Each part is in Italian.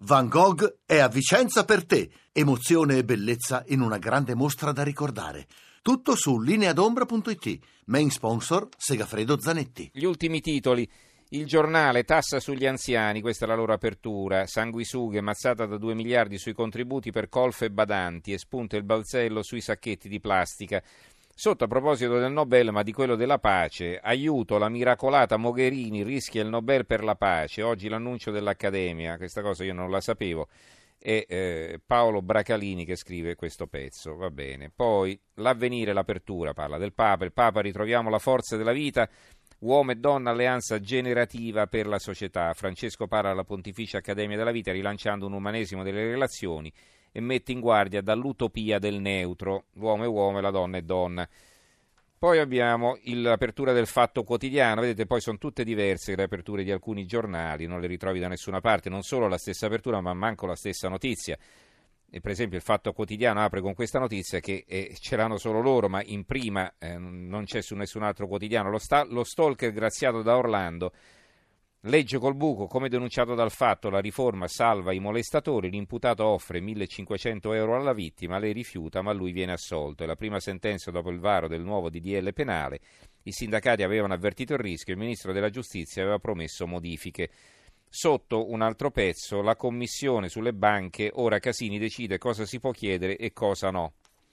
Van Gogh è a Vicenza per te. Emozione e bellezza in una grande mostra da ricordare. Tutto su lineadombra.it. Main sponsor Segafredo Zanetti. Gli ultimi titoli. Il Giornale, tassa sugli anziani, questa è la loro apertura. Sanguisughe, mazzata da 2 miliardi sui contributi per colf e badanti, e spunta il balzello sui sacchetti di plastica. Sotto, a proposito del Nobel, ma di quello della pace, aiuto, la miracolata Mogherini rischia il Nobel per la pace. Oggi l'annuncio dell'Accademia, questa cosa io non la sapevo, è Paolo Bracalini che scrive questo pezzo, va bene. Poi l'Avvenire, l'apertura, parla del Papa, il Papa, ritroviamo la forza della vita, uomo e donna, alleanza generativa per la società. Francesco parla alla Pontificia Accademia della Vita rilanciando un umanesimo delle relazioni e mette in guardia dall'utopia del neutro, l'uomo è uomo e la donna è donna. Poi abbiamo l'apertura del Fatto Quotidiano, vedete, poi sono tutte diverse le aperture di alcuni giornali, non le ritrovi da nessuna parte, non solo la stessa apertura ma manco la stessa notizia. E per esempio il Fatto Quotidiano apre con questa notizia che ce l'hanno solo loro, ma in prima non c'è su nessun altro quotidiano. Lo stalker graziato da Orlando, legge col buco, come denunciato dal Fatto, la riforma salva i molestatori, l'imputato offre 1.500 euro alla vittima, lei rifiuta ma lui viene assolto. È la prima sentenza dopo il varo del nuovo DDL penale, i sindacati avevano avvertito il rischio, il ministro della giustizia aveva promesso modifiche. Sotto un altro pezzo, la commissione sulle banche, ora Casini decide cosa si può chiedere e cosa no.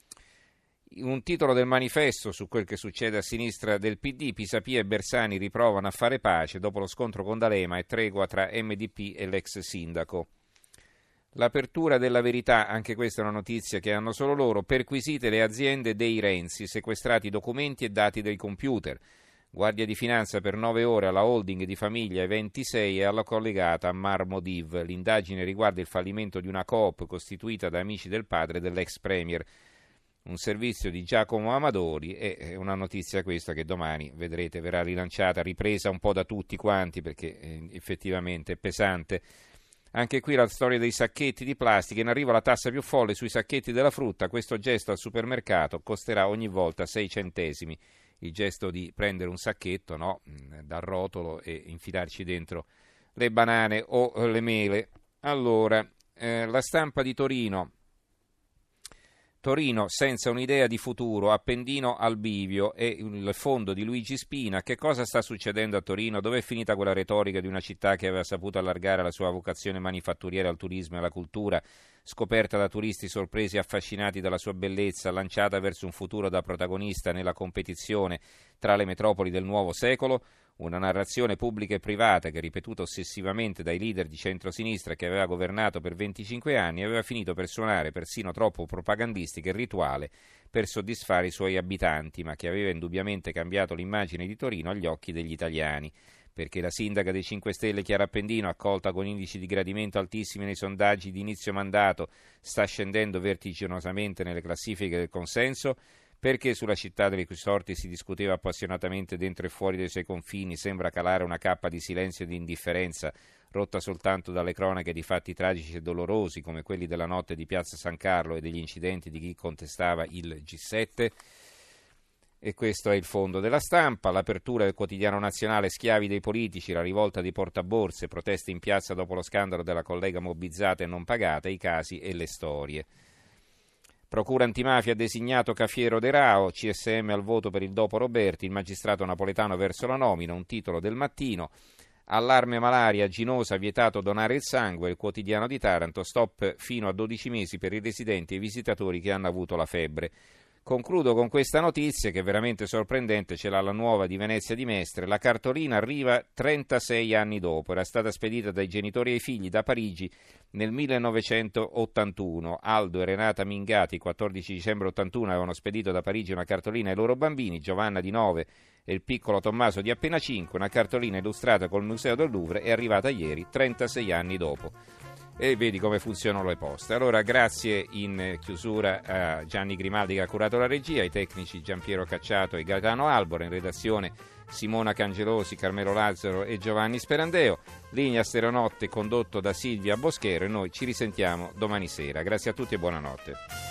Un titolo del manifesto su quel che succede a sinistra del PD, Pisapia e Bersani riprovano a fare pace dopo lo scontro con D'Alema e tregua tra MDP e l'ex sindaco. L'apertura della Verità, anche questa è una notizia che hanno solo loro, perquisite le aziende dei Renzi, sequestrati documenti e dati dei computer. Guardia di Finanza per 9 ore alla holding di Famiglia 26 e alla collegata Marmodiv. L'indagine riguarda il fallimento di una coop costituita da amici del padre dell'ex premier. Un servizio di Giacomo Amadori, e una notizia questa che domani, vedrete, verrà rilanciata, ripresa un po' da tutti quanti perché effettivamente è pesante. Anche qui la storia dei sacchetti di plastica, in arrivo la tassa più folle sui sacchetti della frutta, questo gesto al supermercato costerà ogni volta 6 centesimi. Il gesto di prendere un sacchetto, no, dal rotolo e infilarci dentro le banane o le mele. Allora, la Stampa di Torino. Torino senza un'idea di futuro, Appendino al bivio, e il fondo di Luigi Spina. Che cosa sta succedendo a Torino? Dov'è finita quella retorica di una città che aveva saputo allargare la sua vocazione manifatturiera al turismo e alla cultura, scoperta da turisti sorpresi e affascinati dalla sua bellezza, lanciata verso un futuro da protagonista nella competizione tra le metropoli del nuovo secolo? Una narrazione pubblica e privata che, ripetuta ossessivamente dai leader di centrosinistra che aveva governato per 25 anni, aveva finito per suonare persino troppo propagandistica e rituale per soddisfare i suoi abitanti, ma che aveva indubbiamente cambiato l'immagine di Torino agli occhi degli italiani. Perché la sindaca dei 5 Stelle Chiara Appendino, accolta con indici di gradimento altissimi nei sondaggi di inizio mandato, sta scendendo vertiginosamente nelle classifiche del consenso? Perché sulla città delle cui sorti si discuteva appassionatamente dentro e fuori dei suoi confini sembra calare una cappa di silenzio e di indifferenza, rotta soltanto dalle cronache di fatti tragici e dolorosi come quelli della notte di Piazza San Carlo e degli incidenti di chi contestava il G7? E questo è il fondo della Stampa. L'apertura del quotidiano nazionale, schiavi dei politici, la rivolta di portaborse, proteste in piazza dopo lo scandalo della collega mobbizzata e non pagata, i casi e le storie. Procura antimafia ha designato Cafiero De Rao, CSM al voto per il dopo Roberti, il magistrato napoletano verso la nomina, un titolo del Mattino. Allarme malaria, Ginosa vietato donare il sangue, il quotidiano di Taranto, stop fino a 12 mesi per i residenti e i visitatori che hanno avuto la febbre. Concludo con questa notizia che è veramente sorprendente, ce l'ha la Nuova di Venezia di Mestre. La cartolina arriva 36 anni dopo, era stata spedita dai genitori ai figli da Parigi nel 1981. Aldo e Renata Mingati, il 14 dicembre 81, avevano spedito da Parigi una cartolina ai loro bambini, Giovanna di 9 e il piccolo Tommaso di appena 5, una cartolina illustrata col Museo del Louvre, è arrivata ieri, 36 anni dopo. E vedi come funzionano le poste. Allora, grazie in chiusura a Gianni Grimaldi che ha curato la regia, ai tecnici Giampiero Cacciato e Gaetano Albora, in redazione Simona Cangelosi, Carmelo Lazzaro e Giovanni Sperandeo, linea Stereonotte condotto da Silvia Boschero, e noi ci risentiamo domani sera. Grazie a tutti e buonanotte.